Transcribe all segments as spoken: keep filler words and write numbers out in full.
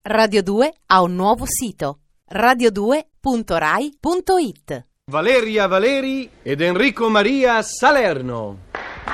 Radio due ha un nuovo sito, radio due punto rai punto it. Valeria Valeri ed Enrico Maria Salerno.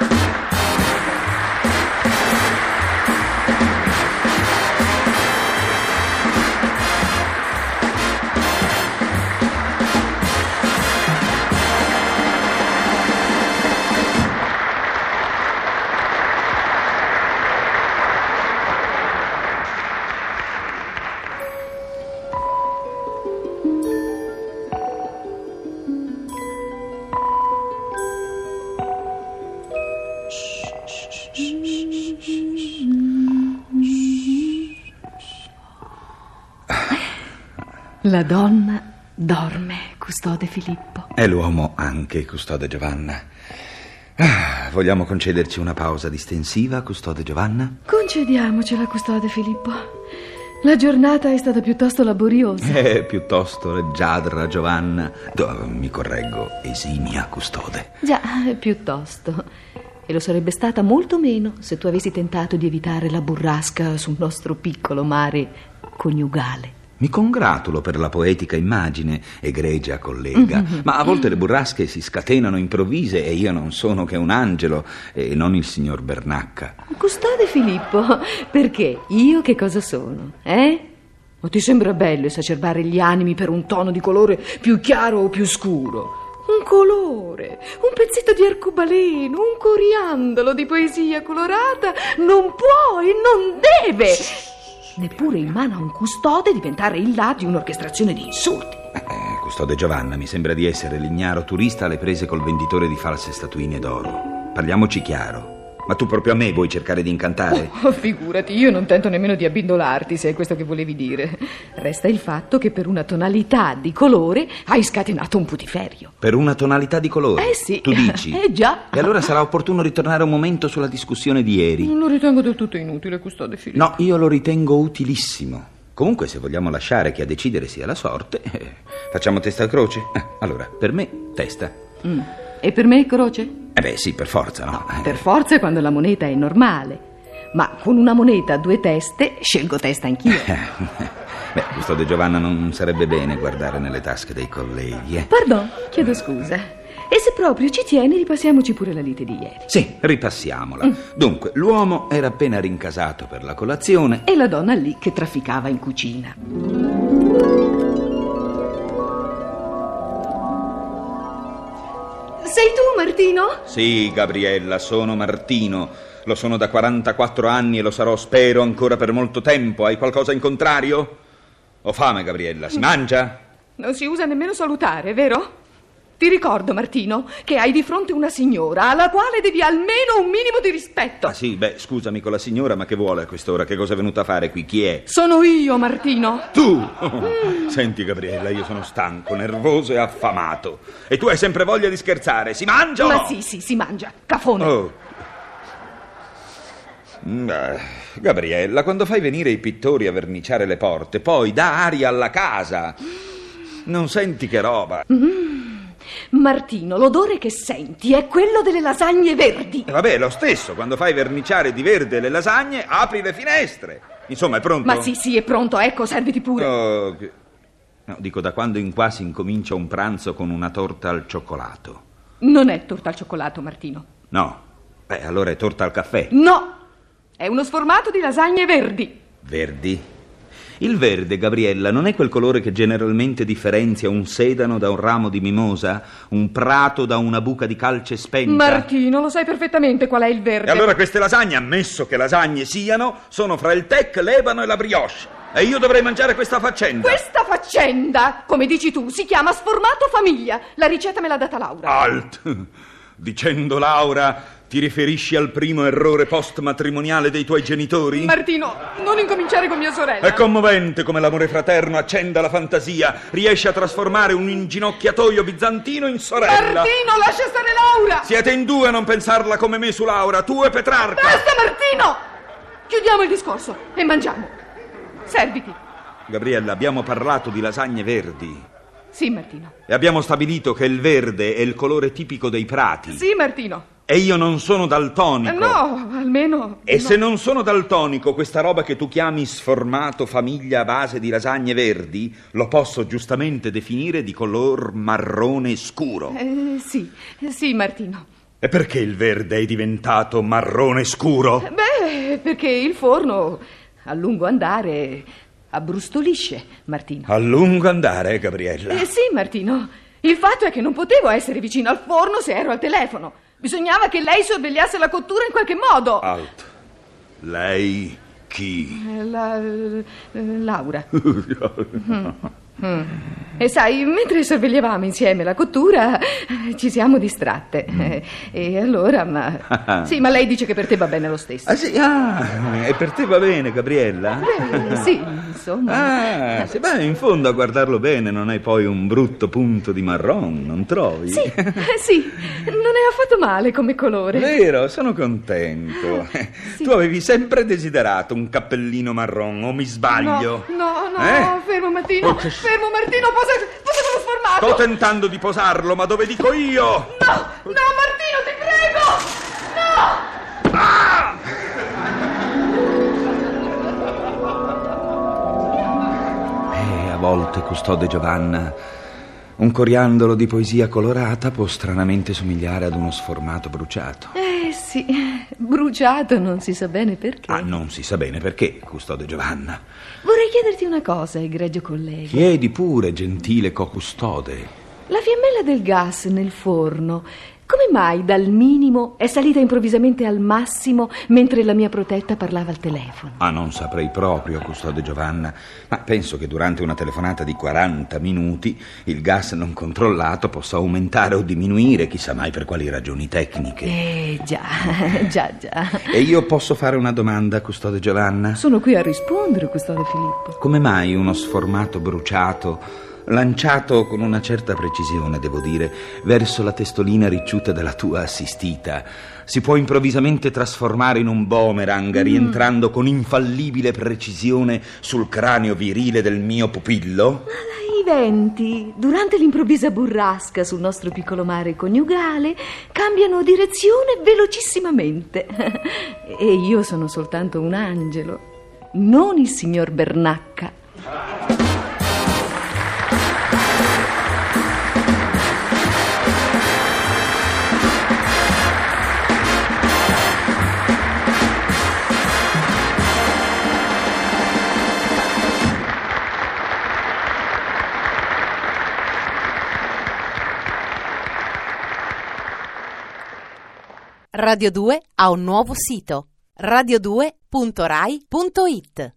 La donna dorme, custode Filippo. E l'uomo anche, custode Giovanna. Ah, vogliamo concederci una pausa distensiva, custode Giovanna? Concediamocela, custode Filippo. La giornata è stata piuttosto laboriosa. Eh, piuttosto leggiadra, Giovanna. Do, mi correggo, esimia, custode. Già, piuttosto. E lo sarebbe stata molto meno se tu avessi tentato di evitare la burrasca sul nostro piccolo mare coniugale. Mi congratulo per la poetica immagine, egregia collega, mm-hmm. ma a volte le burrasche si scatenano improvvise e io non sono che un angelo e non il signor Bernacca. Custode Filippo, perché io che cosa sono, eh? O ti sembra bello esacerbare gli animi per un tono di colore più chiaro o più scuro? Un colore, un pezzetto di arcobaleno, un coriandolo di poesia colorata non può e non deve... neppure in mano a un custode diventare il là di un'orchestrazione di insulti. Eh, custode Giovanna, mi sembra di essere l'ignaro turista alle prese col venditore di false statuine d'oro. Parliamoci chiaro. Ma tu proprio a me vuoi cercare di incantare? Oh, figurati, io non tento nemmeno di abbindolarti, se è questo che volevi dire. Resta il fatto che per una tonalità di colore hai scatenato un putiferio. Per una tonalità di colore? Eh sì. Tu dici? Eh già. E allora sarà opportuno ritornare un momento sulla discussione di ieri. Non lo ritengo del tutto inutile, custode Filippo. No, io lo ritengo utilissimo. Comunque, se vogliamo lasciare che a decidere sia la sorte, eh, facciamo testa o croce? Eh, allora, per me, testa. Mm. E per me croce? Eh beh, sì, per forza, no? no per forza quando la moneta è normale. Ma con una moneta a due teste, scelgo testa anch'io. Beh, custode Giovanna, non sarebbe bene guardare nelle tasche dei colleghi, eh? Pardon, chiedo scusa. E se proprio ci tieni, ripassiamoci pure la lite di ieri. Sì, ripassiamola. Mm. Dunque, l'uomo era appena rincasato per la colazione e la donna lì che trafficava in cucina. Sei tu, Martino? Sì, Gabriella, sono Martino. Lo sono da quarantaquattro anni e lo sarò, spero, ancora per molto tempo. Hai qualcosa in contrario? Ho fame, Gabriella. Si mangia? Non si usa nemmeno salutare, vero? Ti ricordo, Martino, che hai di fronte una signora alla quale devi almeno un minimo di rispetto. Ah sì, beh, scusami con la signora, ma che vuole a quest'ora? Che cosa è venuta a fare qui? Chi è? Sono io, Martino. Tu? Mm. Senti, Gabriella, io sono stanco, nervoso e affamato. E tu hai sempre voglia di scherzare. Si mangia o Ma no? sì, sì, si mangia. Cafone. Oh. Beh, Gabriella, quando fai venire i pittori a verniciare le porte, poi dà aria alla casa. Non senti che roba? Mm. Martino, l'odore che senti è quello delle lasagne verdi. E vabbè, lo stesso, quando fai verniciare di verde le lasagne, apri le finestre. Insomma, è pronto? Ma sì, sì, è pronto, ecco, serviti pure. Oh, che... No, dico, da quando in qua si incomincia un pranzo con una torta al cioccolato? Non è torta al cioccolato, Martino. No, beh, allora è torta al caffè. No, è uno sformato di lasagne verdi. Verdi? Il verde, Gabriella, non è quel colore che generalmente differenzia un sedano da un ramo di mimosa, un prato da una buca di calce spenta? Martino, lo sai perfettamente qual è il verde. E allora queste lasagne, ammesso che lasagne siano, sono fra il tec, l'ebano e la brioche. E io dovrei mangiare questa faccenda. Questa faccenda, come dici tu, si chiama sformato famiglia. La ricetta me l'ha data Laura. Alt! Dicendo Laura... Ti riferisci al primo errore post-matrimoniale dei tuoi genitori? Martino, non incominciare con mia sorella. È commovente come l'amore fraterno accenda la fantasia. Riesce a trasformare un inginocchiatoio bizantino in sorella. Martino, lascia stare Laura. Siete in due a non pensarla come me su Laura, tu e Petrarca. Basta, Martino! Chiudiamo il discorso e mangiamo. Serviti. Gabriella, abbiamo parlato di lasagne verdi. Sì, Martino. E abbiamo stabilito che il verde è il colore tipico dei prati. Sì, Martino. E io non sono daltonico. No, almeno... E no. se non sono daltonico, questa roba che tu chiami sformato famiglia a base di lasagne verdi, lo posso giustamente definire di color marrone scuro. Eh, sì, sì, Martino. E perché il verde è diventato marrone scuro? Beh, perché il forno a lungo andare abbrustolisce, Martino. A lungo andare, Gabriella? Eh sì, Martino. Il fatto è che non potevo essere vicino al forno se ero al telefono. Bisognava che lei sorvegliasse la cottura in qualche modo. Alto. Lei chi? Eh, La, eh, Laura. mm. Mm. E sai, mentre sorvegliavamo insieme la cottura, eh, ci siamo distratte. Mm. Eh, e allora, ma... Sì, ma lei dice che per te va bene lo stesso. Ah, sì, ah, e per te va bene, Gabriella? Beh, sì, insomma. Ah, sì, beh, in fondo a guardarlo bene non hai poi un brutto punto di marron, non trovi? Sì, eh, sì, non è affatto male come colore. Vero, sono contento. Sì. Tu avevi sempre desiderato un cappellino marron, o mi sbaglio? No, no, no, Eh? fermo Martino, Oh, che- fermo Martino, posa, posa quello sformato. Sto tentando di posarlo, ma dove dico io? No, no Martino, ti prego, no. Ah! E a volte, custode Giovanna, un coriandolo di poesia colorata può stranamente somigliare ad uno sformato bruciato. Eh sì, bruciato non si sa bene perché. Ah, non si sa bene perché, custode Giovanna. Vorrei chiederti una cosa, egregio collega. Chiedi pure, gentile co-custode. La fiammella del gas nel forno, come mai dal minimo è salita improvvisamente al massimo mentre la mia protetta parlava al telefono? Ah, non saprei proprio, custode Giovanna, ma penso che durante una telefonata di quaranta minuti il gas non controllato possa aumentare o diminuire, chissà mai per quali ragioni tecniche. Eh già, già, già. E io posso fare una domanda, custode Giovanna? Sono qui a rispondere, custode Filippo. Come mai uno sformato bruciato, lanciato con una certa precisione, devo dire, verso la testolina ricciuta della tua assistita, si può improvvisamente trasformare in un boomerang, mm. rientrando con infallibile precisione sul cranio virile del mio pupillo? I venti, durante l'improvvisa burrasca sul nostro piccolo mare coniugale, cambiano direzione velocissimamente. E io sono soltanto un angelo, non il signor Bernacca. Radio due ha un nuovo sito, radio due punto rai punto it.